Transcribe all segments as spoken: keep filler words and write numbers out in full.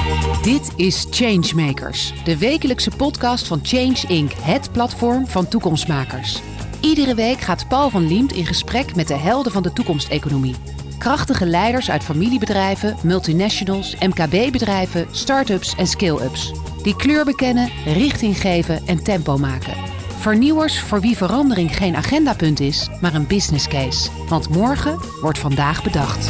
Dit is Changemakers, de wekelijkse podcast van Change incorporated. Het platform van toekomstmakers. Iedere week gaat Paul van Liemt in gesprek met de helden van de toekomsteconomie. Krachtige leiders uit familiebedrijven, multinationals, M K B-bedrijven, start-ups en scale-ups. Die kleur bekennen, richting geven en tempo maken. Vernieuwers voor wie verandering geen agendapunt is, maar een business case. Want morgen wordt vandaag bedacht.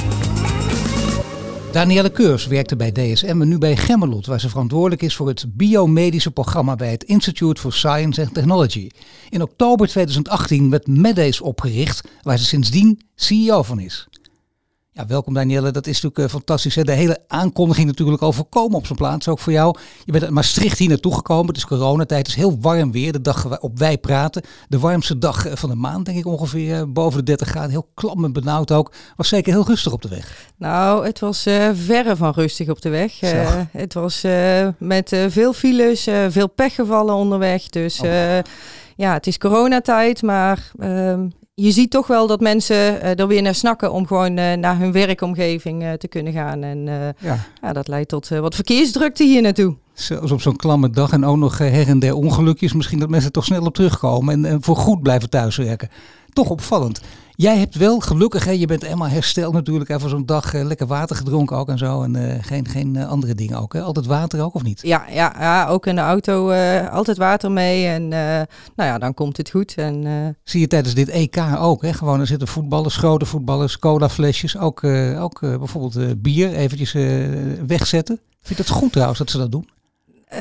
Danielle Keurs werkte bij D S M en nu bij Gemmelot, waar ze verantwoordelijk is voor het biomedische programma bij het Institute for Science and Technology. In oktober tweeduizend achttien werd Meddays opgericht, waar ze sindsdien C E O van is. Ja, welkom Danielle, dat is natuurlijk uh, fantastisch. Hè? De hele aankondiging natuurlijk al voorkomen op zijn plaats, ook voor jou. Je bent uit Maastricht hier naartoe gekomen, het is coronatijd, het is heel warm weer. De dag op wij praten, de warmste dag van de maand denk ik ongeveer, uh, boven de dertig graden. Heel klam en benauwd ook, was zeker heel rustig op de weg. Nou, het was uh, verre van rustig op de weg. Uh, het was uh, met uh, veel files, uh, veel pechgevallen onderweg. Dus uh, oh. ja, het is coronatijd, maar... Uh, Je ziet toch wel dat mensen uh, er weer naar snakken om gewoon uh, naar hun werkomgeving uh, te kunnen gaan. En uh, ja. Ja, dat leidt tot uh, wat verkeersdrukte hier naartoe. Zelfs op zo'n klamme dag en ook nog uh, her en der ongelukjes. Misschien dat mensen toch snel op terugkomen en, en voor goed blijven thuiswerken. Toch opvallend. Jij hebt wel gelukkig, hè, je bent helemaal hersteld natuurlijk. Even zo'n dag uh, lekker water gedronken ook en zo. En uh, geen, geen uh, andere dingen ook. Hè? Altijd water ook of niet? Ja, ja, ja, ook in de auto uh, altijd water mee. En uh, nou ja, dan komt het goed. En, uh... Zie je tijdens dit E K ook, hè? Gewoon er zitten voetballers, grote voetballers, colaflesjes. Ook, uh, ook uh, bijvoorbeeld uh, bier eventjes uh, wegzetten. Vind je dat goed trouwens dat ze dat doen? Uh,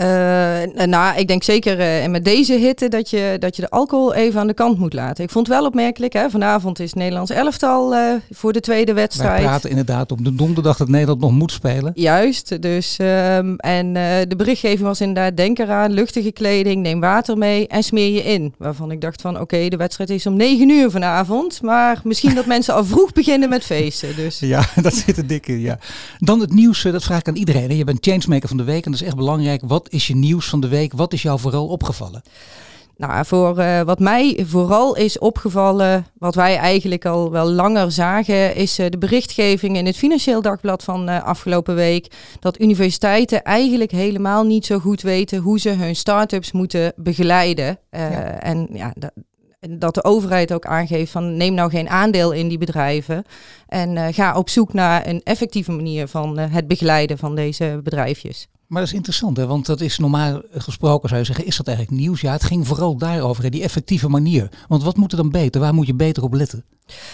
nou, ik denk zeker uh, met deze hitte dat je, dat je de alcohol even aan de kant moet laten. Ik vond het wel opmerkelijk. Hè? Vanavond is het Nederlands elftal uh, voor de tweede wedstrijd. Wij praten inderdaad op de donderdag dat Nederland nog moet spelen. Juist. Dus, um, en uh, de berichtgeving was inderdaad, denk eraan, luchtige kleding, neem water mee en smeer je in. Waarvan ik dacht van, oké, okay, de wedstrijd is om negen uur vanavond. Maar misschien dat mensen al vroeg beginnen met feesten. Dus. Ja, dat zit er dik in, ja. Dan het nieuws, dat vraag ik aan iedereen. Hè? Je bent changemaker van de week en dat is echt belangrijk. Wat is je nieuws van de week? Wat is jou vooral opgevallen? Nou, voor uh, wat mij vooral is opgevallen, wat wij eigenlijk al wel langer zagen, is uh, de berichtgeving in het Financieel Dagblad van uh, afgelopen week, dat universiteiten eigenlijk helemaal niet zo goed weten hoe ze hun start-ups moeten begeleiden. Uh, ja. En ja, dat, dat de overheid ook aangeeft van neem nou geen aandeel in die bedrijven en uh, ga op zoek naar een effectieve manier van uh, het begeleiden van deze bedrijfjes. Maar dat is interessant, hè? Want dat is normaal gesproken, zou je zeggen, is dat eigenlijk nieuws? Ja, het ging vooral daarover, hè? Die effectieve manier. Want wat moet er dan beter? Waar moet je beter op letten?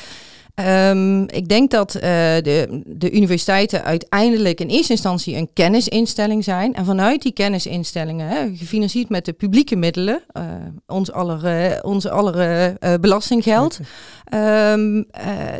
Um, ik denk dat uh, de, de universiteiten uiteindelijk in eerste instantie een kennisinstelling zijn. En vanuit die kennisinstellingen, hè, gefinancierd met de publieke middelen, uh, ons aller, uh, onze aller uh, belastinggeld. Um, uh,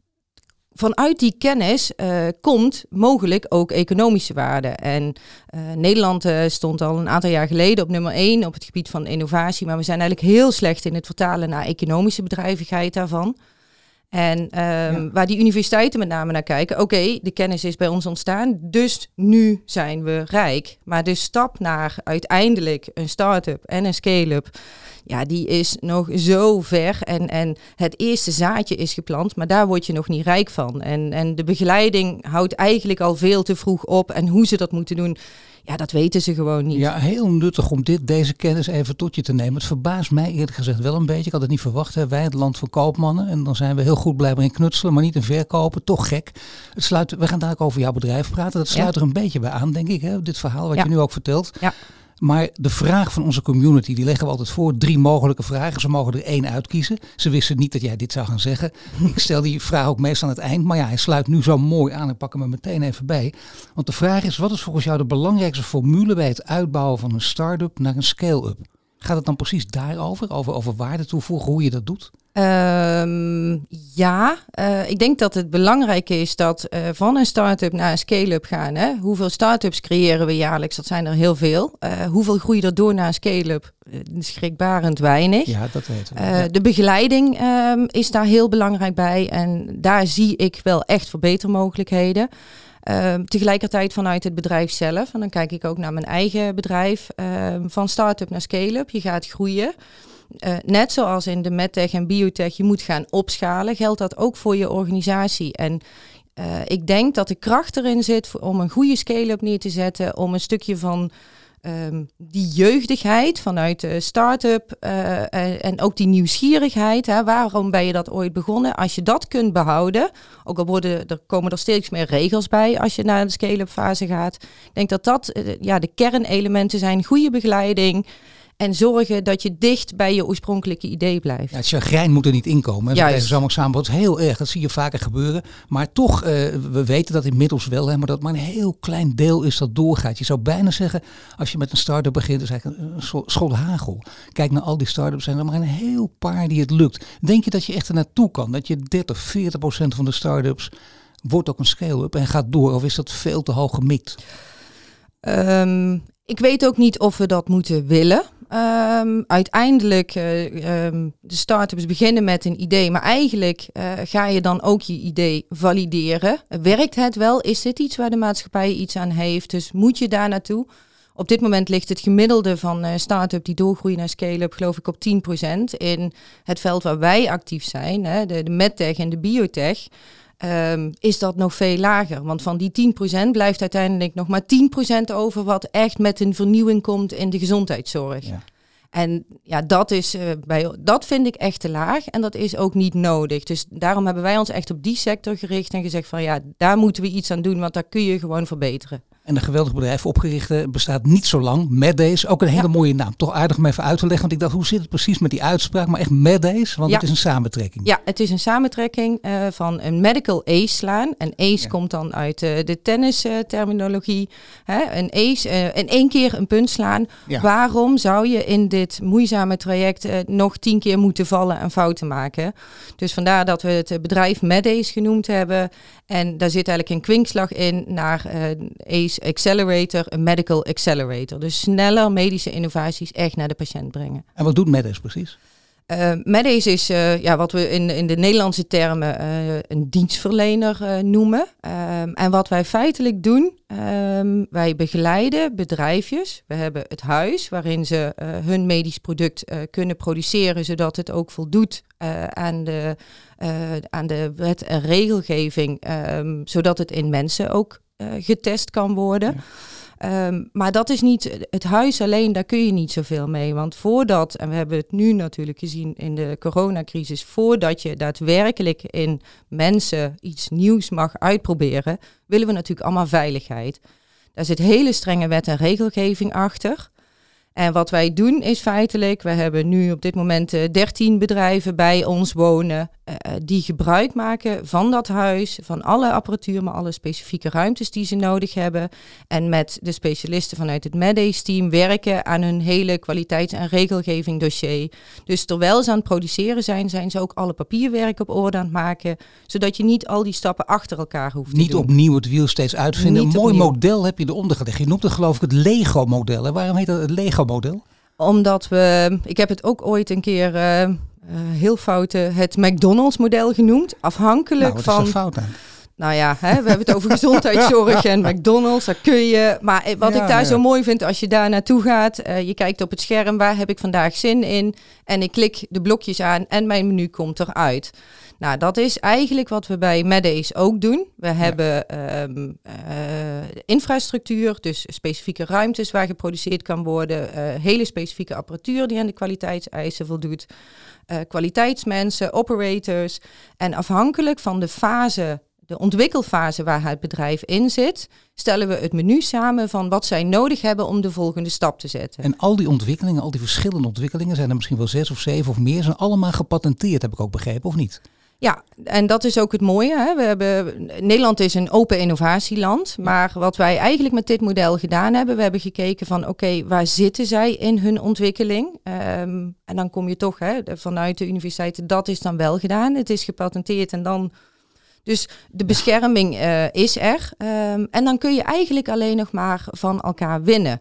Vanuit die kennis uh, komt mogelijk ook economische waarde. En uh, Nederland uh, stond al een aantal jaar geleden op nummer één op het gebied van innovatie. Maar we zijn eigenlijk heel slecht in het vertalen naar economische bedrijvigheid daarvan. En um, ja. waar die universiteiten met name naar kijken, oké, okay, de kennis is bij ons ontstaan, dus nu zijn we rijk. Maar de stap naar uiteindelijk een start-up en een scale-up, ja, die is nog zo ver. En, en het eerste zaadje is geplant, maar daar word je nog niet rijk van. En, en de begeleiding houdt eigenlijk al veel te vroeg op. En hoe ze dat moeten doen, ja, dat weten ze gewoon niet. Ja, heel nuttig om dit, deze kennis even tot je te nemen. Het verbaast mij eerlijk gezegd wel een beetje. Ik had het niet verwacht. Hè. Wij, het land van koopmannen. En dan zijn we heel goed blijkbaar in knutselen, maar niet in verkopen. Toch gek. Het sluit, we gaan dadelijk over jouw bedrijf praten. Dat sluit ja. er een beetje bij aan, denk ik. Hè, dit verhaal wat ja. je nu ook vertelt. Ja. Maar de vraag van onze community, die leggen we altijd voor. Drie mogelijke vragen. Ze mogen er één uitkiezen. Ze wisten niet dat jij dit zou gaan zeggen. Ik stel die vraag ook meestal aan het eind. Maar ja, hij sluit nu zo mooi aan. Ik pak hem er meteen even bij. Want de vraag is, wat is volgens jou de belangrijkste formule bij het uitbouwen van een start-up naar een scale-up? Gaat het dan precies daarover? Over, over waarde toevoegen, hoe je dat doet? Um, ja, uh, ik denk dat het belangrijk is dat uh, van een start-up naar een scale-up gaan. Hè? Hoeveel start-ups creëren we jaarlijks? Dat zijn er heel veel. Uh, hoeveel groei er door naar een scale-up? Uh, schrikbarend weinig. Ja, dat weten we. Uh, ja. De begeleiding um, is daar heel belangrijk bij. En daar zie ik wel echt verbetermogelijkheden. Uh, tegelijkertijd vanuit het bedrijf zelf. En dan kijk ik ook naar mijn eigen bedrijf. Uh, van start-up naar scale-up. Je gaat groeien. Uh, net zoals in de medtech en biotech, je moet gaan opschalen, geldt dat ook voor je organisatie. En Uh, ik denk dat de kracht erin zit voor, om een goede scale-up neer te zetten, om een stukje van um, die jeugdigheid vanuit de start-up uh, en, en ook die nieuwsgierigheid. Hè, waarom ben je dat ooit begonnen? Als je dat kunt behouden, ook al worden, er komen er steeds meer regels bij als je naar de scale-up fase gaat. Ik denk dat dat uh, ja, de kernelementen zijn, goede begeleiding. En zorgen dat je dicht bij je oorspronkelijke idee blijft. Ja, het chagrijn moet er niet inkomen. Dat is allemaal samen. Dat is heel erg. Dat zie je vaker gebeuren. Maar toch, uh, we weten dat inmiddels wel. Hè, maar dat maar een heel klein deel is dat doorgaat. Je zou bijna zeggen, als je met een start-up begint, is eigenlijk een schot hagel. Kijk naar al die start-ups, zijn er maar een heel paar die het lukt. Denk je dat je echt er naartoe kan? Dat je dertig, veertig procent van de start-ups wordt ook een scale-up en gaat door? Of is dat veel te hoog gemikt? Um, ik weet ook niet of we dat moeten willen. Um, uiteindelijk, uh, um, de start-ups beginnen met een idee, maar eigenlijk uh, ga je dan ook je idee valideren. Werkt het wel? Is dit iets waar de maatschappij iets aan heeft? Dus moet je daar naartoe? Op dit moment ligt het gemiddelde van uh, start-up die doorgroeien naar scale-up geloof ik op tien procent. In het veld waar wij actief zijn, hè, de, de medtech en de biotech, Um, is dat nog veel lager. Want van die tien procent blijft uiteindelijk nog maar tien procent over wat echt met een vernieuwing komt in de gezondheidszorg. Ja. En ja, dat, is, uh, bij, dat vind ik echt te laag en dat is ook niet nodig. Dus daarom hebben wij ons echt op die sector gericht en gezegd van ja, daar moeten we iets aan doen, want daar kun je gewoon verbeteren. En een geweldig bedrijf opgericht, bestaat niet zo lang. Meddays, ook een hele ja. mooie naam. Toch aardig om even uit te leggen, want ik dacht, hoe zit het precies met die uitspraak? Maar echt Meddays, want ja. het is een samentrekking. Ja, het is een samentrekking uh, van een medical ace slaan. En ace ja. komt dan uit uh, de tennis uh, terminologie. Hè? Een ace, uh, in één keer een punt slaan. Ja. Waarom zou je in dit moeizame traject uh, nog tien keer moeten vallen en fouten maken? Dus vandaar dat we het bedrijf Meddays genoemd hebben. En daar zit eigenlijk een kwinkslag in naar uh, ace Accelerator, een medical accelerator. Dus sneller medische innovaties echt naar de patiënt brengen. En wat doet Meddays precies? Uh, Meddays is uh, ja, wat we in, in de Nederlandse termen uh, een dienstverlener uh, noemen. Um, en wat wij feitelijk doen, um, wij begeleiden bedrijfjes. We hebben het huis waarin ze uh, hun medisch product uh, kunnen produceren, zodat het ook voldoet uh, aan de, uh, aan de wet en regelgeving, um, zodat het in mensen ook uh, getest kan worden. Ja. Um, maar dat is niet het huis alleen, daar kun je niet zoveel mee. Want voordat, en we hebben het nu natuurlijk gezien in de coronacrisis, voordat je daadwerkelijk in mensen iets nieuws mag uitproberen, willen we natuurlijk allemaal veiligheid. Daar zit hele strenge wet en regelgeving achter. En wat wij doen is feitelijk, we hebben nu op dit moment uh, dertien bedrijven bij ons wonen uh, die gebruik maken van dat huis, van alle apparatuur, maar alle specifieke ruimtes die ze nodig hebben. En met de specialisten vanuit het Meddays team werken aan hun hele kwaliteits- en regelgeving dossier. Dus terwijl ze aan het produceren zijn, zijn ze ook alle papierwerk op orde aan het maken, zodat je niet al die stappen achter elkaar hoeft niet te doen. Niet opnieuw het wiel steeds uitvinden. Niet een mooi opnieuw. model heb je eronder gelegd. Je noemt het geloof ik het Lego-model. Hè? Waarom heet dat het Lego-model? Omdat we, ik heb het ook ooit een keer uh, uh, heel fout uh, het McDonald's-model genoemd. Afhankelijk nou, wat van. Is er fout aan? Nou ja, hè, we hebben het over gezondheidszorg en McDonald's, daar kun je. Maar wat ja, ik daar ja. zo mooi vind, als je daar naartoe gaat, uh, je kijkt op het scherm, waar heb ik vandaag zin in? En ik klik de blokjes aan en mijn menu komt eruit. Nou, dat is eigenlijk wat we bij Meddays ook doen. We ja. hebben um, uh, infrastructuur, dus specifieke ruimtes waar geproduceerd kan worden. Uh, hele specifieke apparatuur die aan de kwaliteitseisen voldoet. Uh, kwaliteitsmensen, operators. En afhankelijk van de fase, de ontwikkelfase waar het bedrijf in zit, stellen we het menu samen van wat zij nodig hebben om de volgende stap te zetten. En al die ontwikkelingen, al die verschillende ontwikkelingen, zijn er misschien wel zes of zeven of meer, zijn allemaal gepatenteerd, heb ik ook begrepen, of niet? Ja, en dat is ook het mooie. Hè? We hebben, Nederland is een open innovatieland. Maar wat wij eigenlijk met dit model gedaan hebben, we hebben gekeken van oké, okay, waar zitten zij in hun ontwikkeling? Um, en dan kom je toch hè, vanuit de universiteiten, dat is dan wel gedaan. Het is gepatenteerd en dan. Dus de bescherming uh, is er. Um, en dan kun je eigenlijk alleen nog maar van elkaar winnen.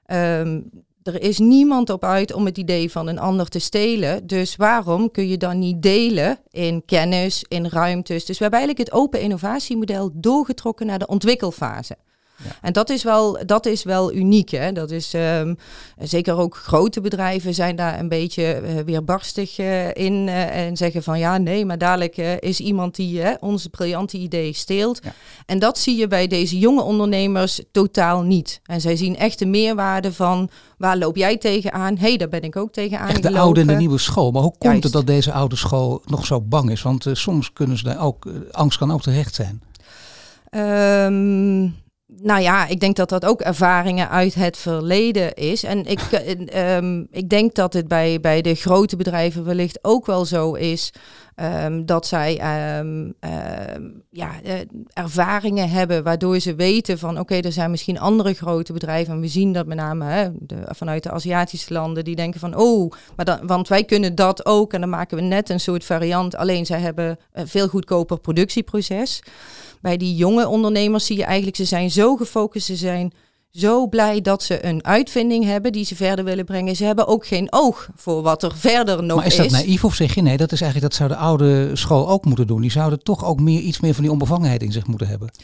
Um, Er is niemand op uit om het idee van een ander te stelen. Dus waarom kun je dan niet delen in kennis, in ruimtes? Dus we hebben eigenlijk het open innovatiemodel doorgetrokken naar de ontwikkelfase. Ja. En dat is wel, dat is wel uniek. Hè? Dat is um, zeker ook grote bedrijven zijn daar een beetje uh, weerbarstig uh, in uh, en zeggen van ja, nee, maar dadelijk uh, is iemand die uh, onze briljante idee steelt. Ja. En dat zie je bij deze jonge ondernemers totaal niet. En zij zien echt de meerwaarde van waar loop jij tegenaan? Hé, hey, daar ben ik ook tegenaan echt de gelopen. oude en de nieuwe school. Maar hoe komt Juist. het dat deze oude school nog zo bang is? Want uh, soms kunnen ze daar ook, uh, angst kan ook terecht zijn. Um, Nou ja, ik denk dat dat ook ervaringen uit het verleden is. En ik, um, ik denk dat het bij, bij de grote bedrijven wellicht ook wel zo is um, dat zij um, um, ja, uh, ervaringen hebben waardoor ze weten van oké, okay, er zijn misschien andere grote bedrijven. En we zien dat met name hè, de, vanuit de Aziatische landen die denken van oh, maar dan, want wij kunnen dat ook. En dan maken we net een soort variant. Alleen zij hebben een veel goedkoper productieproces. Bij die jonge ondernemers zie je eigenlijk, ze zijn zo gefocust, ze zijn zo blij dat ze een uitvinding hebben die ze verder willen brengen. Ze hebben ook geen oog voor wat er verder nog is. Maar is dat naïef of zeg je nee, dat is eigenlijk, dat zou de oude school ook moeten doen. Die zouden toch ook meer, iets meer van die onbevangenheid in zich moeten hebben.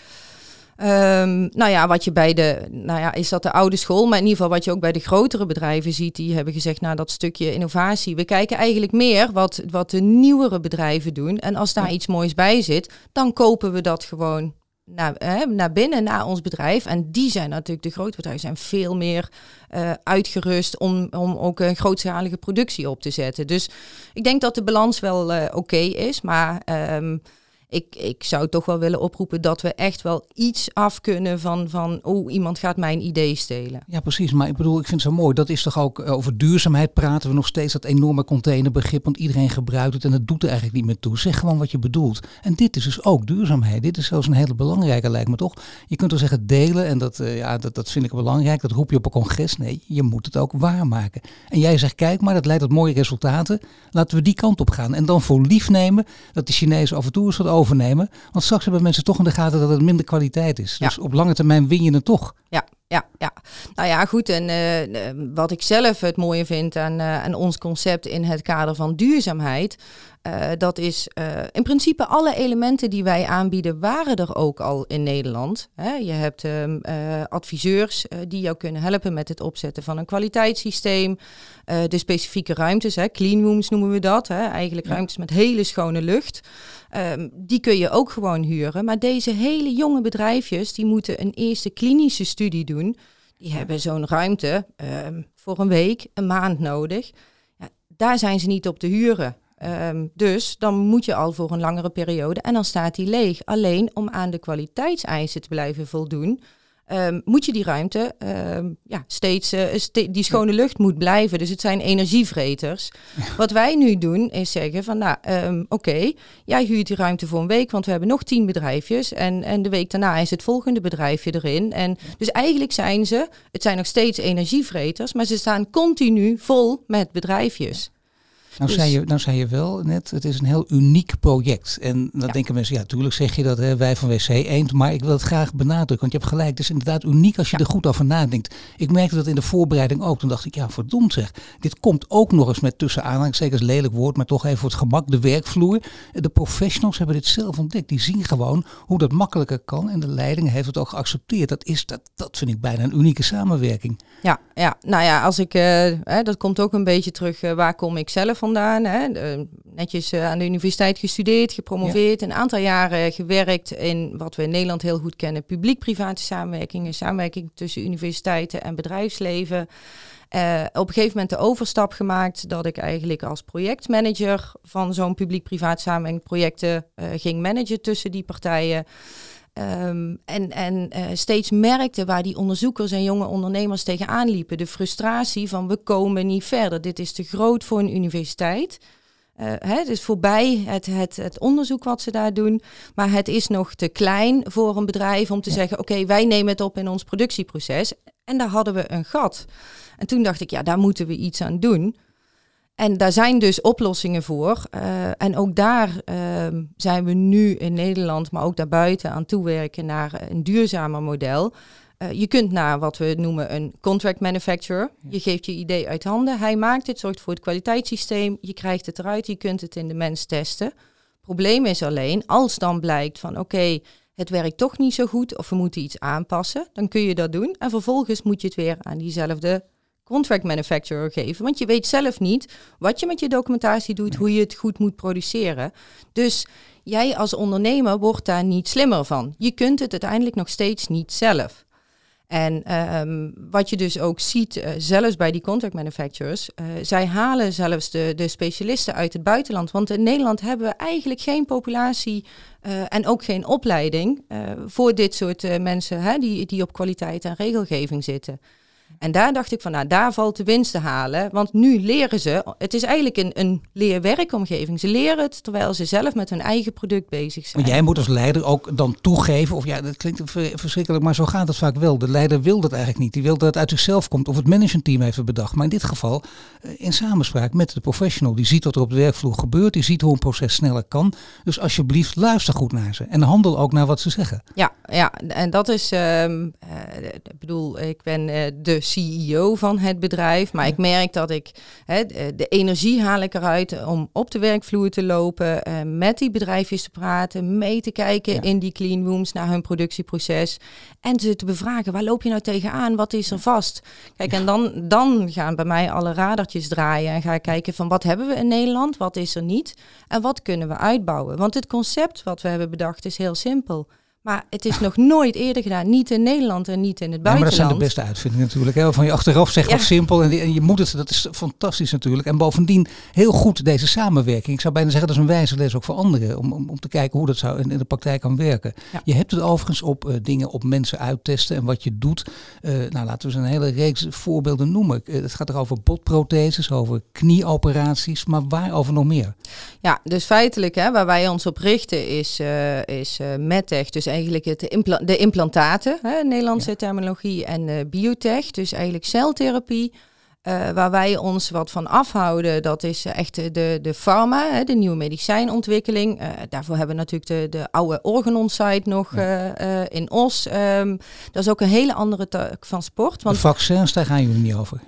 Um, nou ja, wat je bij de, nou ja, is dat de oude school, maar in ieder geval wat je ook bij de grotere bedrijven ziet, die hebben gezegd, nou dat stukje innovatie, we kijken eigenlijk meer wat, wat de nieuwere bedrijven doen. En als daar ja. iets moois bij zit, dan kopen we dat gewoon naar, hè, naar binnen, naar ons bedrijf. En die zijn natuurlijk, de grote bedrijven zijn veel meer uh, uitgerust om, om ook een grootschalige productie op te zetten. Dus ik denk dat de balans wel uh, oké okay is, maar Um, Ik, ik zou toch wel willen oproepen dat we echt wel iets af kunnen van, van oh, iemand gaat mijn idee stelen. Ja, precies. Maar ik bedoel, ik vind het zo mooi. Dat is toch ook, over duurzaamheid praten we nog steeds, dat enorme containerbegrip, want iedereen gebruikt het en het doet er eigenlijk niet meer toe. Zeg gewoon wat je bedoelt. En dit is dus ook duurzaamheid. Dit is zelfs een hele belangrijke, lijkt me toch. Je kunt wel zeggen delen en dat, uh, ja, dat, dat vind ik belangrijk. Dat roep je op een congres. Nee, je moet het ook waarmaken. En jij zegt, kijk maar, dat leidt tot mooie resultaten. Laten we die kant op gaan. En dan voor lief nemen dat de Chinezen af en toe eens wat overnemen. Want straks hebben mensen toch in de gaten dat het minder kwaliteit is. Ja. Dus op lange termijn win je het toch. Ja, ja, ja. Nou ja, goed. En uh, wat ik zelf het mooie vind aan, uh, aan ons concept in het kader van duurzaamheid, Uh, dat is uh, in principe alle elementen die wij aanbieden waren er ook al in Nederland. Hè? Je hebt um, uh, adviseurs uh, die jou kunnen helpen met het opzetten van een kwaliteitssysteem. Uh, de specifieke ruimtes, hè? Clean rooms noemen we dat. Hè? Eigenlijk ja. ruimtes met hele schone lucht. Um, die kun je ook gewoon huren. Maar deze hele jonge bedrijfjes die moeten een eerste klinische studie doen. Die hebben zo'n ruimte um, voor een week, een maand nodig. Ja, daar zijn ze niet op te huren. Um, dus dan moet je al voor een langere periode en dan staat die leeg. Alleen om aan de kwaliteitseisen te blijven voldoen, um, moet je die ruimte um, ja, steeds, uh, ste- die schone lucht moet blijven. Dus het zijn energievreters. Ja. Wat wij nu doen is zeggen van nou um, oké, okay, jij huurt die ruimte voor een week, want we hebben nog tien bedrijfjes en, en de week daarna is het volgende bedrijfje erin. En dus eigenlijk zijn ze, het zijn nog steeds energievreters, maar ze staan continu vol met bedrijfjes. Nou, dus zei je, nou zei je wel net, het is een heel uniek project. En dan ja. denken mensen, ja, tuurlijk zeg je dat, hè, wij van W C Eend, maar ik wil het graag benadrukken, want je hebt gelijk. Het is inderdaad uniek als je ja. er goed over nadenkt. Ik merkte dat in de voorbereiding ook. Toen dacht ik, ja, verdomd zeg. Dit komt ook nog eens met tussen aanhalingstekens, lelijk woord, maar toch even voor het gemak, de werkvloer. De professionals hebben dit zelf ontdekt. Die zien gewoon hoe dat makkelijker kan en de leiding heeft het ook geaccepteerd. Dat is, dat, dat vind ik bijna een unieke samenwerking. Ja, ja. Nou ja, als ik, uh, hè, dat komt ook een beetje terug, uh, waar kom ik zelf vandaan? Hè? Uh, netjes uh, aan de universiteit gestudeerd, gepromoveerd, ja. een aantal jaren gewerkt in wat we in Nederland heel goed kennen, publiek-private samenwerkingen, samenwerking tussen universiteiten en bedrijfsleven. Uh, op een gegeven moment de overstap gemaakt dat ik eigenlijk als projectmanager van zo'n publiek-privaat samenwerking projecten uh, ging managen tussen die partijen. Um, en en uh, steeds merkte waar die onderzoekers en jonge ondernemers tegenaan liepen. De frustratie van we komen niet verder. Dit is te groot voor een universiteit. Uh, hè, het is voorbij het, het, het onderzoek wat ze daar doen. Maar het is nog te klein voor een bedrijf om te ja. zeggen, oké, okay, wij nemen het op in ons productieproces. En daar hadden we een gat. En toen dacht ik, ja, daar moeten we iets aan doen. En daar zijn dus oplossingen voor. Uh, en ook daar uh, zijn we nu in Nederland, maar ook daarbuiten aan toewerken naar een duurzamer model. Uh, je kunt naar wat we noemen een contract manufacturer. Ja. Je geeft je idee uit handen. Hij maakt het, zorgt voor het kwaliteitssysteem. Je krijgt het eruit, je kunt het in de mens testen. Probleem is alleen, als dan blijkt van oké, okay, het werkt toch niet zo goed of we moeten iets aanpassen, dan kun je dat doen. En vervolgens moet je het weer aan diezelfde contract manufacturer geven. Want je weet zelf niet wat je met je documentatie doet, hoe je het goed moet produceren. Dus jij als ondernemer wordt daar niet slimmer van. Je kunt het uiteindelijk nog steeds niet zelf. En um, wat je dus ook ziet, uh, zelfs bij die contract manufacturers, uh, zij halen zelfs de, de specialisten uit het buitenland. Want in Nederland hebben we eigenlijk geen populatie uh, en ook geen opleiding uh, voor dit soort uh, mensen hè, die, die op kwaliteit en regelgeving zitten. En daar dacht ik van, nou, daar valt de winst te halen. Want nu leren ze, het is eigenlijk een, een leerwerkomgeving. Ze leren het terwijl ze zelf met hun eigen product bezig zijn. Maar jij moet als leider ook dan toegeven, of ja, dat klinkt verschrikkelijk, maar zo gaat het vaak wel. De leider wil dat eigenlijk niet. Die wil dat het uit zichzelf komt of het managementteam heeft het bedacht. Maar in dit geval in samenspraak met de professional. Die ziet wat er op de werkvloer gebeurt. Die ziet hoe een proces sneller kan. Dus alsjeblieft, luister goed naar ze. En handel ook naar wat ze zeggen. Ja, ja en dat is, um, uh, ik bedoel, ik ben uh, de C E O van het bedrijf, maar ik merk dat ik hè, de energie haal ik eruit om op de werkvloer te lopen, uh, met die bedrijfjes te praten, mee te kijken ja. in die clean rooms naar hun productieproces en ze te bevragen, waar loop je nou tegenaan, wat is er vast? Kijk, en dan, dan gaan bij mij alle radertjes draaien en ga ik kijken van wat hebben we in Nederland, wat is er niet en wat kunnen we uitbouwen? Want het concept wat we hebben bedacht is heel simpel. Maar het is nog nooit eerder gedaan. Niet in Nederland en niet in het buitenland. Ja, maar dat zijn de beste uitvindingen natuurlijk. Hè? Waarvan je achteraf zegt ja. wat simpel. En, die, en je moet het, dat is fantastisch natuurlijk. En bovendien heel goed deze samenwerking. Ik zou bijna zeggen dat is een wijze les ook voor anderen. Om, om, om te kijken hoe dat zou in, in de praktijk kan werken. Ja. Je hebt het overigens op uh, dingen op mensen uittesten. En wat je doet. Uh, nou, laten we eens een hele reeks voorbeelden noemen. Uh, het gaat er over botprotheses, over knieoperaties. Maar waarover nog meer? Ja, dus feitelijk hè, waar wij ons op richten is, uh, is uh, MedTech. Dus eigenlijk het impla- de implantaten, hè, Nederlandse ja. terminologie, en uh, biotech, dus eigenlijk celtherapie. Uh, waar wij ons wat van afhouden, dat is uh, echt de, de pharma, hè, de nieuwe medicijnontwikkeling. Uh, daarvoor hebben we natuurlijk de, de oude Organon-site nog ja. uh, uh, in Os. Um, dat is ook een hele andere tak van sport. Want de vaccins, daar gaan jullie niet over?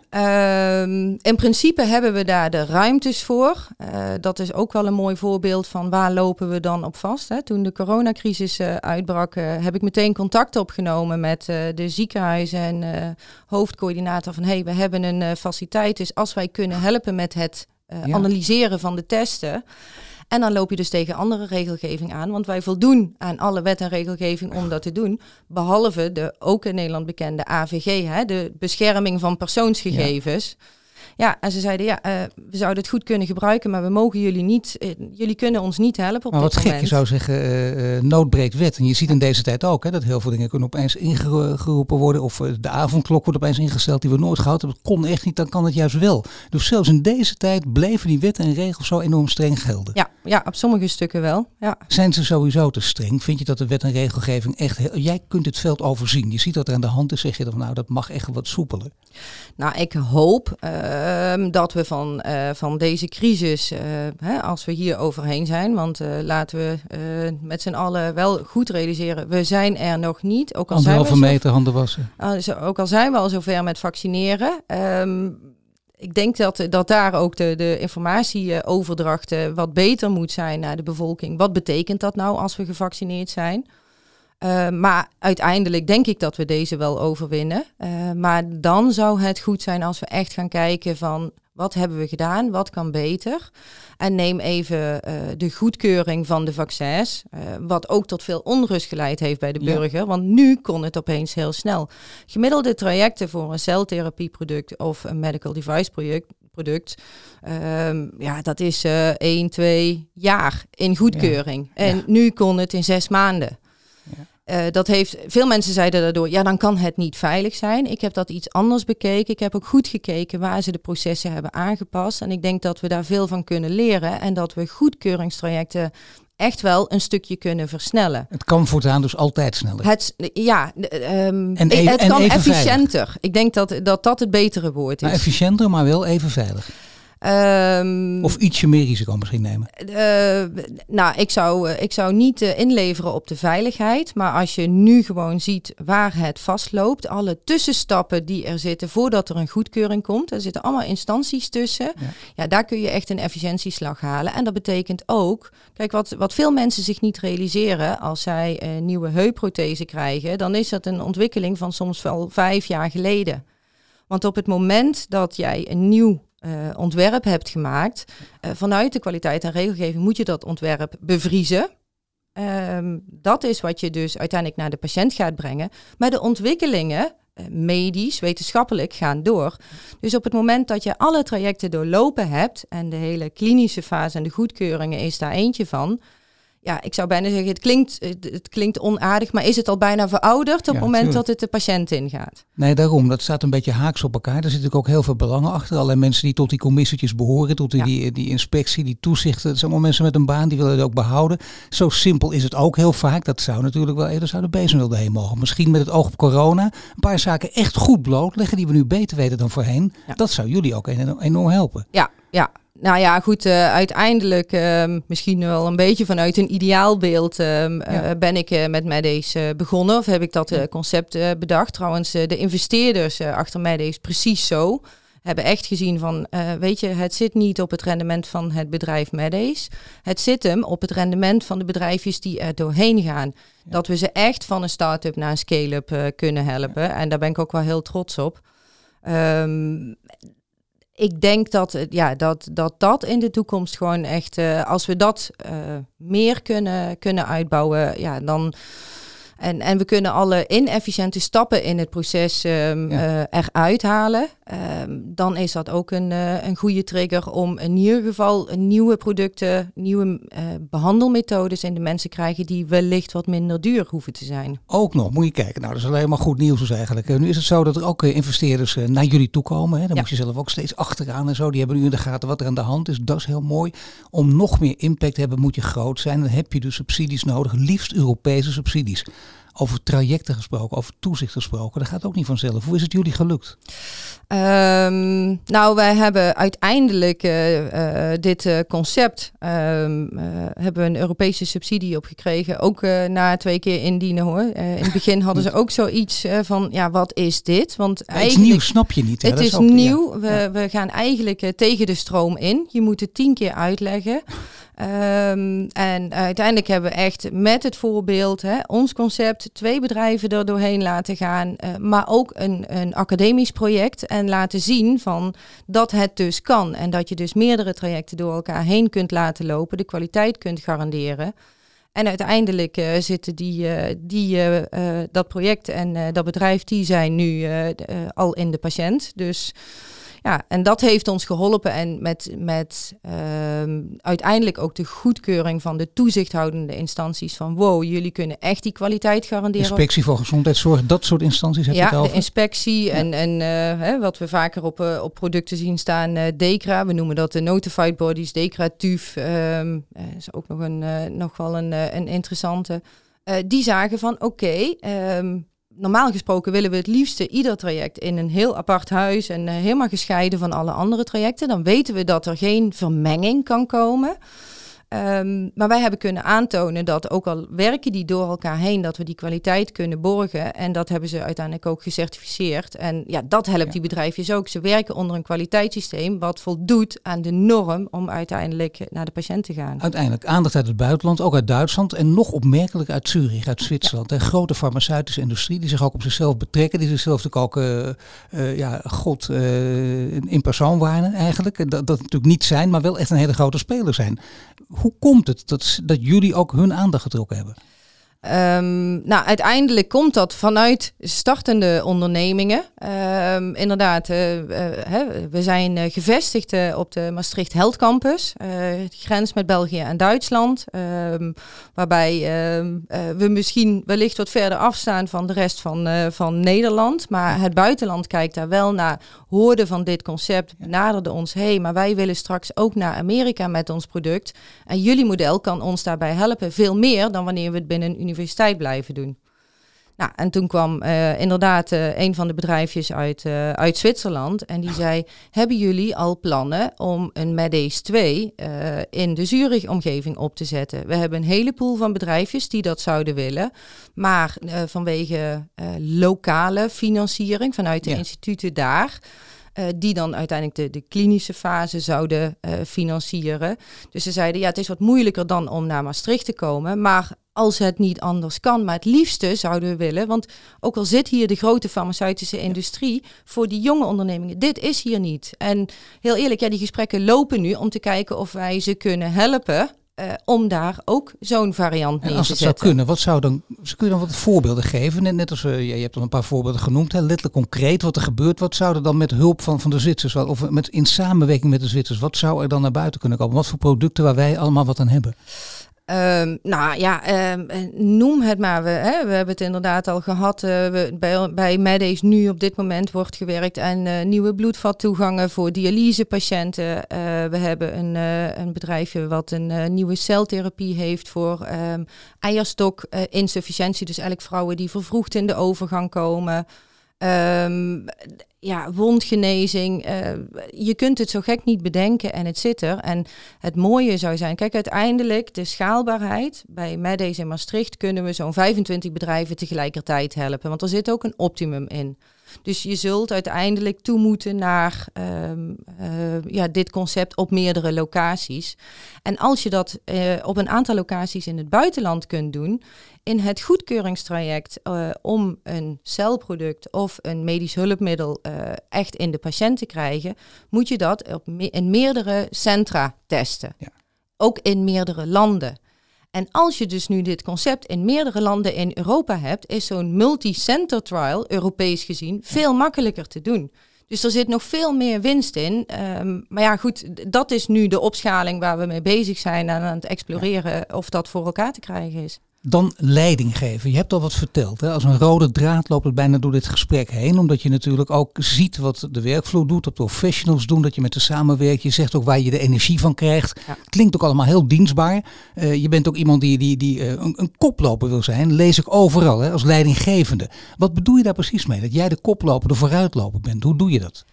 Um, in principe hebben we daar de ruimtes voor. Uh, dat is ook wel een mooi voorbeeld van waar lopen we dan op vast. Hè. Toen de coronacrisis uh, uitbrak, uh, heb ik meteen contact opgenomen met uh, de ziekenhuizen en uh, hoofdcoördinator van hey, we hebben een uh, faciliteit, dus als wij kunnen helpen met het uh, ja. analyseren van de testen. En dan loop je dus tegen andere regelgeving aan, want wij voldoen aan alle wet en regelgeving om dat te doen. Behalve de ook in Nederland bekende A V G, hè, de bescherming van persoonsgegevens. Ja. Ja, en ze zeiden, ja, uh, we zouden het goed kunnen gebruiken, maar we mogen jullie niet, uh, jullie kunnen ons niet helpen op maar dit wat moment. Gek, je zou zeggen, uh, uh, nood breekt wet. En je ziet in deze tijd ook, hè, dat heel veel dingen kunnen opeens ingeroepen worden. Of uh, de avondklok wordt opeens ingesteld die we nooit gehad hebben. Dat kon echt niet, dan kan het juist wel. Dus zelfs in deze tijd bleven die wetten en regels zo enorm streng gelden. Ja, ja, op sommige stukken wel. Ja. Zijn ze sowieso te streng? Vind je dat de wet en regelgeving echt... Heel, jij kunt het veld overzien. Je ziet wat er aan de hand is, zeg je dan, nou, dat mag echt wat soepeler. Nou, ik hoop uh, dat we van, uh, van deze crisis, uh, hè, als we hier overheen zijn, want uh, laten we uh, met z'n allen wel goed realiseren, we zijn er nog niet. Ook al Anderhalve zijn we meter zo, handen wassen. Uh, zo, ook al zijn we al zover met vaccineren. Um, ik denk dat, dat daar ook de, de informatieoverdracht uh, wat beter moet zijn naar de bevolking. Wat betekent dat nou als we gevaccineerd zijn? Uh, maar uiteindelijk denk ik dat we deze wel overwinnen. Uh, maar dan zou het goed zijn als we echt gaan kijken van wat hebben we gedaan, wat kan beter. En neem even uh, de goedkeuring van de vaccins, uh, wat ook tot veel onrust geleid heeft bij de burger. Ja. Want nu kon het opeens heel snel. Gemiddelde trajecten voor een celtherapieproduct of een medical device product, product um, ja, dat is uh, één, twee jaar in goedkeuring. Ja. En ja. nu kon het in zes maanden. Ja. Uh, dat heeft, veel mensen zeiden daardoor, ja, dan kan het niet veilig zijn. Ik heb dat iets anders bekeken. Ik heb ook goed gekeken waar ze de processen hebben aangepast. En ik denk dat we daar veel van kunnen leren. En dat we goedkeuringstrajecten echt wel een stukje kunnen versnellen. Het kan voortaan dus altijd sneller. Het, ja, um, en even, het en kan even efficiënter. Veilig. Ik denk dat, dat dat het betere woord is. Maar efficiënter, maar wel even veilig. Um, of ietsje meer risico misschien nemen? Uh, nou, ik zou, uh, ik zou niet uh, inleveren op de veiligheid. Maar als je nu gewoon ziet waar het vastloopt, alle tussenstappen die er zitten voordat er een goedkeuring komt, er zitten allemaal instanties tussen. Ja, ja daar kun je echt een efficiëntieslag halen. En dat betekent ook, kijk, wat, wat veel mensen zich niet realiseren, als zij een nieuwe heupprothese krijgen, dan is dat een ontwikkeling van soms wel vijf jaar geleden. Want op het moment dat jij een nieuw uh, ontwerp hebt gemaakt, uh, vanuit de kwaliteit en regelgeving moet je dat ontwerp bevriezen. Um, dat is wat je dus uiteindelijk naar de patiënt gaat brengen. Maar de ontwikkelingen, uh, medisch, wetenschappelijk, gaan door. Dus op het moment dat je alle trajecten doorlopen hebt, en de hele klinische fase en de goedkeuringen is daar eentje van. Ja, ik zou bijna zeggen, het klinkt, het klinkt onaardig, maar is het al bijna verouderd op ja, het moment tuurlijk. dat het de patiënt ingaat? Nee, daarom. Dat staat een beetje haaks op elkaar. Er zitten natuurlijk ook heel veel belangen achter. Allerlei mensen die tot die commissietjes behoren, tot die, ja. die, die inspectie, die toezicht. Het zijn allemaal mensen met een baan, die willen het ook behouden. Zo simpel is het ook heel vaak. Dat zou natuurlijk wel eerder zou de bezem wilde heen mogen. Misschien met het oog op corona een paar zaken echt goed blootleggen die we nu beter weten dan voorheen. Ja. Dat zou jullie ook enorm helpen. Ja, ja. Nou ja, goed, uh, uiteindelijk, uh, misschien wel een beetje vanuit een ideaalbeeld, uh, ja. uh, ben ik uh, met Meddace uh, begonnen. Of heb ik dat uh, concept uh, bedacht. Trouwens, uh, de investeerders uh, achter Meddace precies zo. Hebben echt gezien van, uh, weet je, het zit niet op het rendement van het bedrijf Meddace. Het zit hem op het rendement van de bedrijfjes die er doorheen gaan. Ja. Dat we ze echt van een start-up naar een scale-up uh, kunnen helpen. Ja. En daar ben ik ook wel heel trots op. Um, Ik denk dat, ja, dat, dat dat in de toekomst gewoon echt, uh, als we dat uh, meer kunnen, kunnen uitbouwen, ja, dan en, en we kunnen alle inefficiënte stappen in het proces um, ja. uh, eruit halen, um, dan is dat ook een, uh, een goede trigger om in ieder geval nieuwe producten, nieuwe uh, behandelmethodes in de mensen krijgen die wellicht wat minder duur hoeven te zijn. Ook nog, moet je kijken. Nou, dat is alleen maar goed nieuws dus eigenlijk. Nu is het zo dat er ook uh, investeerders uh, naar jullie toe komen. Hè? Dan ja. moet je zelf ook steeds achteraan en zo. Die hebben nu in de gaten wat er aan de hand is. Dat is heel mooi. Om nog meer impact te hebben moet je groot zijn. Dan heb je dus subsidies nodig. Liefst Europese subsidies. Over trajecten gesproken, over toezicht gesproken. Dat gaat ook niet vanzelf. Hoe is het jullie gelukt? Um, nou, wij hebben uiteindelijk uh, uh, dit uh, concept, um, uh, hebben we een Europese subsidie op gekregen. Ook uh, na twee keer indienen hoor. Uh, in het begin hadden ze ook zoiets uh, van, ja, wat is dit? Want ja, eigenlijk, het is nieuw, snap je niet. Hè? Het dat is, is ook, nieuw. Ja. We, ja. we gaan eigenlijk uh, tegen de stroom in. Je moet het tien keer uitleggen. Um, en uiteindelijk hebben we echt met het voorbeeld, hè, ons concept, twee bedrijven er doorheen laten gaan, uh, maar ook een, een academisch project en laten zien van dat het dus kan en dat je dus meerdere trajecten door elkaar heen kunt laten lopen, de kwaliteit kunt garanderen. En uiteindelijk uh, zitten die, uh, die, uh, uh, dat project en uh, dat bedrijf, die zijn nu uh, uh, al in de patiënt. Dus ja, en dat heeft ons geholpen en met, met um, uiteindelijk ook de goedkeuring van de toezichthoudende instanties van wow, jullie kunnen echt die kwaliteit garanderen. Inspectie voor gezondheidszorg, dat soort instanties heb je ja, het over? Ja, de inspectie ja. en, en uh, hè, wat we vaker op, uh, op producten zien staan, uh, DEKRA, we noemen dat de Notified Bodies, DEKRA, T U F, um, uh, is ook nog, een, uh, nog wel een, uh, een interessante. Uh, die zagen van oké, okay, um, normaal gesproken willen we het liefste ieder traject in een heel apart huis en uh, helemaal gescheiden van alle andere trajecten. Dan weten we dat er geen vermenging kan komen. Um, maar wij hebben kunnen aantonen dat ook al werken die door elkaar heen, dat we die kwaliteit kunnen borgen. En dat hebben ze uiteindelijk ook gecertificeerd. En ja, dat helpt ja. die bedrijfjes ook. Ze werken onder een kwaliteitssysteem wat voldoet aan de norm om uiteindelijk naar de patiënt te gaan. Uiteindelijk aandacht uit het buitenland, ook uit Duitsland en nog opmerkelijk uit Zurich, uit Zwitserland. Ja. Een grote farmaceutische industrie die zich ook op zichzelf betrekken. Die zichzelf natuurlijk ook, uh, uh, ja, god, uh, in persoon waren eigenlijk. Dat, dat natuurlijk niet zijn, maar wel echt een hele grote speler zijn. Hoe komt het dat, dat jullie ook hun aandacht getrokken hebben? Um, nou, uiteindelijk komt dat vanuit startende ondernemingen. Um, inderdaad, uh, uh, hè, we zijn uh, gevestigd uh, op de Maastricht Health Campus, uh, grens met België en Duitsland, um, waarbij uh, uh, we misschien wellicht wat verder afstaan van de rest van, uh, van Nederland, maar het buitenland kijkt daar wel naar, hoorde van dit concept, benaderde ons, hé, hey, maar wij willen straks ook naar Amerika met ons product en jullie model kan ons daarbij helpen, veel meer dan wanneer we het binnen een universiteit blijven doen. Nou, en toen kwam uh, inderdaad uh, een van de bedrijfjes uit, uh, uit Zwitserland. En die zei, hebben jullie al plannen om een Medace twee uh, in de Zurich-omgeving op te zetten? We hebben een hele pool van bedrijfjes die dat zouden willen. Maar uh, vanwege uh, lokale financiering vanuit de ja. instituten daar... Uh, die dan uiteindelijk de, de klinische fase zouden uh, financieren. Dus ze zeiden, ja, het is wat moeilijker dan om naar Maastricht te komen. Maar als het niet anders kan, maar het liefste zouden we willen. Want ook al zit hier de grote farmaceutische industrie, voor die jonge ondernemingen, dit is hier niet. En heel eerlijk, ja, die gesprekken lopen nu om te kijken of wij ze kunnen helpen. Uh, om daar ook zo'n variant neer te zetten. En als het zou kunnen, wat zou dan, ze kunnen dan wat voorbeelden geven? Net, net als, uh, ja, je hebt al een paar voorbeelden genoemd, hè, letterlijk concreet wat er gebeurt. Wat zou er dan met hulp van, van de Zwitsers, of met, in samenwerking met de Zwitsers, wat zou er dan naar buiten kunnen komen? Wat voor producten waar wij allemaal wat aan hebben? Um, nou ja, um, noem het maar. We, hè, we hebben het inderdaad al gehad. Uh, we, bij, bij Medace nu op dit moment wordt gewerkt aan uh, nieuwe bloedvattoegangen voor dialysepatiënten. Uh, we hebben een, uh, een bedrijfje wat een uh, nieuwe celtherapie heeft voor um, eierstokinsufficiëntie. Dus eigenlijk vrouwen die vervroegd in de overgang komen. Um, ja, wondgenezing. Uh, je kunt het zo gek niet bedenken en het zit er. En het mooie zou zijn, kijk, uiteindelijk de schaalbaarheid. Bij Medace in Maastricht kunnen we zo'n vijfentwintig bedrijven tegelijkertijd helpen. Want er zit ook een optimum in. Dus je zult uiteindelijk toe moeten naar um, uh, ja, dit concept op meerdere locaties. En als je dat uh, op een aantal locaties in het buitenland kunt doen, in het goedkeuringstraject uh, om een celproduct of een medisch hulpmiddel uh, echt in de patiënt te krijgen, moet je dat op me- in meerdere centra testen. Ja. Ook in meerdere landen. En als je dus nu dit concept in meerdere landen in Europa hebt, is zo'n multi-center trial, Europees gezien, veel makkelijker te doen. Dus er zit nog veel meer winst in. Um, maar ja, goed, dat is nu de opschaling waar we mee bezig zijn en aan het exploreren ja. of dat voor elkaar te krijgen is. Dan leiding geven. Je hebt al wat verteld. Hè? Als een rode draad loopt het bijna door dit gesprek heen. Omdat je natuurlijk ook ziet wat de werkvloer doet. Wat professionals doen. Dat je met de samenwerkt. Je zegt ook waar je de energie van krijgt. Ja. Klinkt ook allemaal heel dienstbaar. Uh, je bent ook iemand die, die, die uh, een, een koploper wil zijn. Lees ik overal hè, als leidinggevende. Wat bedoel je daar precies mee? Dat jij de koploper, de vooruitloper bent. Hoe doe je dat?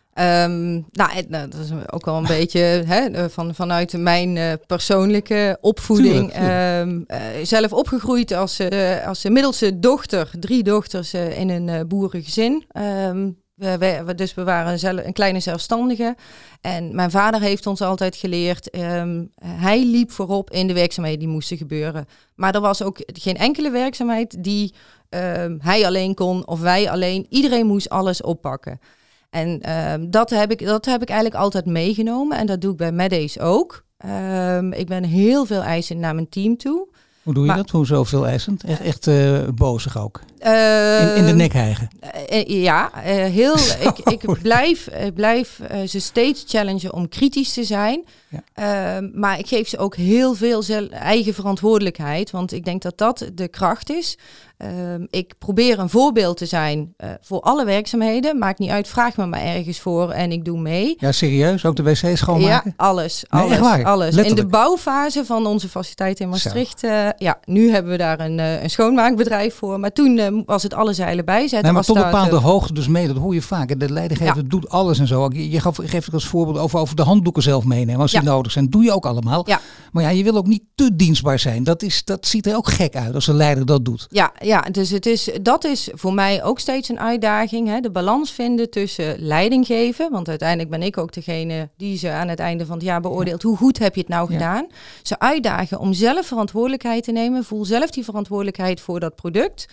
Um, nou, het, nou, dat is ook wel een beetje hè, van, vanuit mijn uh, persoonlijke opvoeding. Tuurlijk, tuurlijk. Um, uh, zelf opgegroeid als, uh, als middelste dochter, drie dochters uh, in een uh, boerengezin. Um, we, we, dus we waren zelf, een kleine zelfstandige. En mijn vader heeft ons altijd geleerd, um, hij liep voorop in de werkzaamheden die moesten gebeuren. Maar er was ook geen enkele werkzaamheid die um, hij alleen kon of wij alleen. Iedereen moest alles oppakken. En uh, dat, heb ik, dat heb ik eigenlijk altijd meegenomen. En dat doe ik bij Medace ook. Um, ik ben heel veel eisend naar mijn team toe. Hoe doe je maar, dat? Hoe zoveel eisend? Echt, echt uh, bozig ook? Uh, in, in de nek hijgen? Uh, ja, uh, heel. ik, ik blijf, ik blijf uh, ze steeds challengen om kritisch te zijn. Ja. Uh, maar ik geef ze ook heel veel zel- eigen verantwoordelijkheid. Want ik denk dat dat de kracht is. Uh, ik probeer een voorbeeld te zijn uh, voor alle werkzaamheden. Maakt niet uit, vraag me maar ergens voor en ik doe mee. Ja, serieus? Ook de wc's schoonmaken? Ja, alles. alles, nee, echt waar? alles. In de bouwfase van onze faciliteit in Maastricht. Uh, ja, nu hebben we daar een, uh, een schoonmaakbedrijf voor. Maar toen uh, was het alle zeilen bijzetten. Nee, maar tot een bepaalde hoogte dus mee. Dat hoor je vaak. De leidinggever ja. doet alles en zo. Je, je gaf, geeft ook als voorbeeld over, over de handdoeken zelf meenemen. Als die ja. nodig zijn. Doe je ook allemaal. Ja. Maar ja, je wil ook niet te dienstbaar zijn. Dat, is, dat ziet er ook gek uit als een leider dat doet. Ja, ja dus het is, dat is voor mij ook steeds een uitdaging. Hè? De balans vinden tussen leiding geven. Want uiteindelijk ben ik ook degene die ze aan het einde van het jaar beoordeelt. Ja. Hoe goed heb je het nou ja. gedaan? Ze uitdagen om zelf verantwoordelijkheid te nemen. Voel zelf die verantwoordelijkheid voor dat product.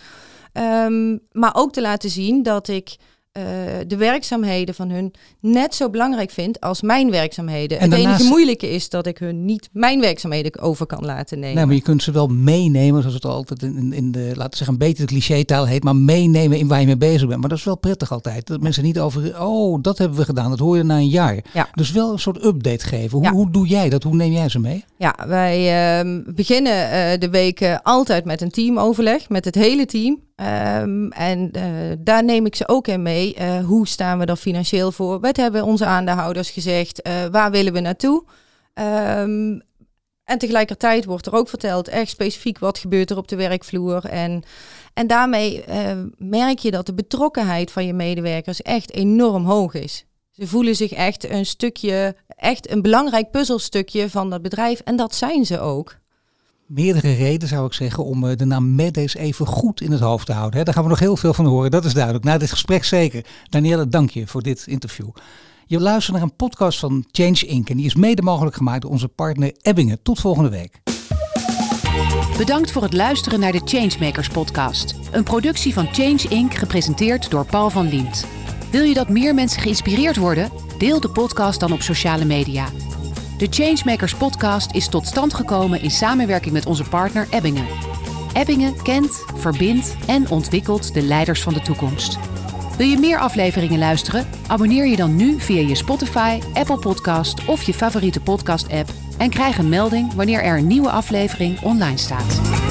Um, maar ook te laten zien dat ik uh, de werkzaamheden van hun net zo belangrijk vind als mijn werkzaamheden. En het daarnaast... enige moeilijke is dat ik hun niet mijn werkzaamheden over kan laten nemen. Nee, maar je kunt ze wel meenemen, zoals het altijd in, in de, laten we zeggen, een beetje de cliché-taal heet, maar meenemen in waar je mee bezig bent. Maar dat is wel prettig altijd. Dat mensen niet over, oh, dat hebben we gedaan. Dat hoor je na een jaar. Ja. Dus wel een soort update geven. Hoe, ja. hoe doe jij dat? Hoe neem jij ze mee? Ja, wij uh, beginnen uh, de weken altijd met een teamoverleg, met het hele team. Um, en uh, daar neem ik ze ook in mee. Uh, hoe staan we er financieel voor? Wat hebben onze aandeelhouders gezegd? Uh, waar willen we naartoe? Um, En tegelijkertijd wordt er ook verteld echt specifiek wat gebeurt er op de werkvloer. En, en daarmee uh, merk je dat de betrokkenheid van je medewerkers echt enorm hoog is. Ze voelen zich echt een stukje, echt een belangrijk puzzelstukje van dat bedrijf. En dat zijn ze ook. Meerdere redenen zou ik zeggen om uh, de naam Medees even goed in het hoofd te houden. Hè. Daar gaan we nog heel veel van horen, dat is duidelijk. Na dit gesprek zeker. Danielle, dank je voor dit interview. Je luistert naar een podcast van Change Incorporated. En die is mede mogelijk gemaakt door onze partner Ebbingen. Tot volgende week. Bedankt voor het luisteren naar de Changemakers podcast. Een productie van Change Incorporated gepresenteerd door Paul van Liemt. Wil je dat meer mensen geïnspireerd worden? Deel de podcast dan op sociale media. De Changemakers podcast is tot stand gekomen in samenwerking met onze partner Ebbingen. Ebbingen kent, verbindt en ontwikkelt de leiders van de toekomst. Wil je meer afleveringen luisteren? Abonneer je dan nu via je Spotify, Apple Podcast of je favoriete podcast-app en krijg een melding wanneer er een nieuwe aflevering online staat.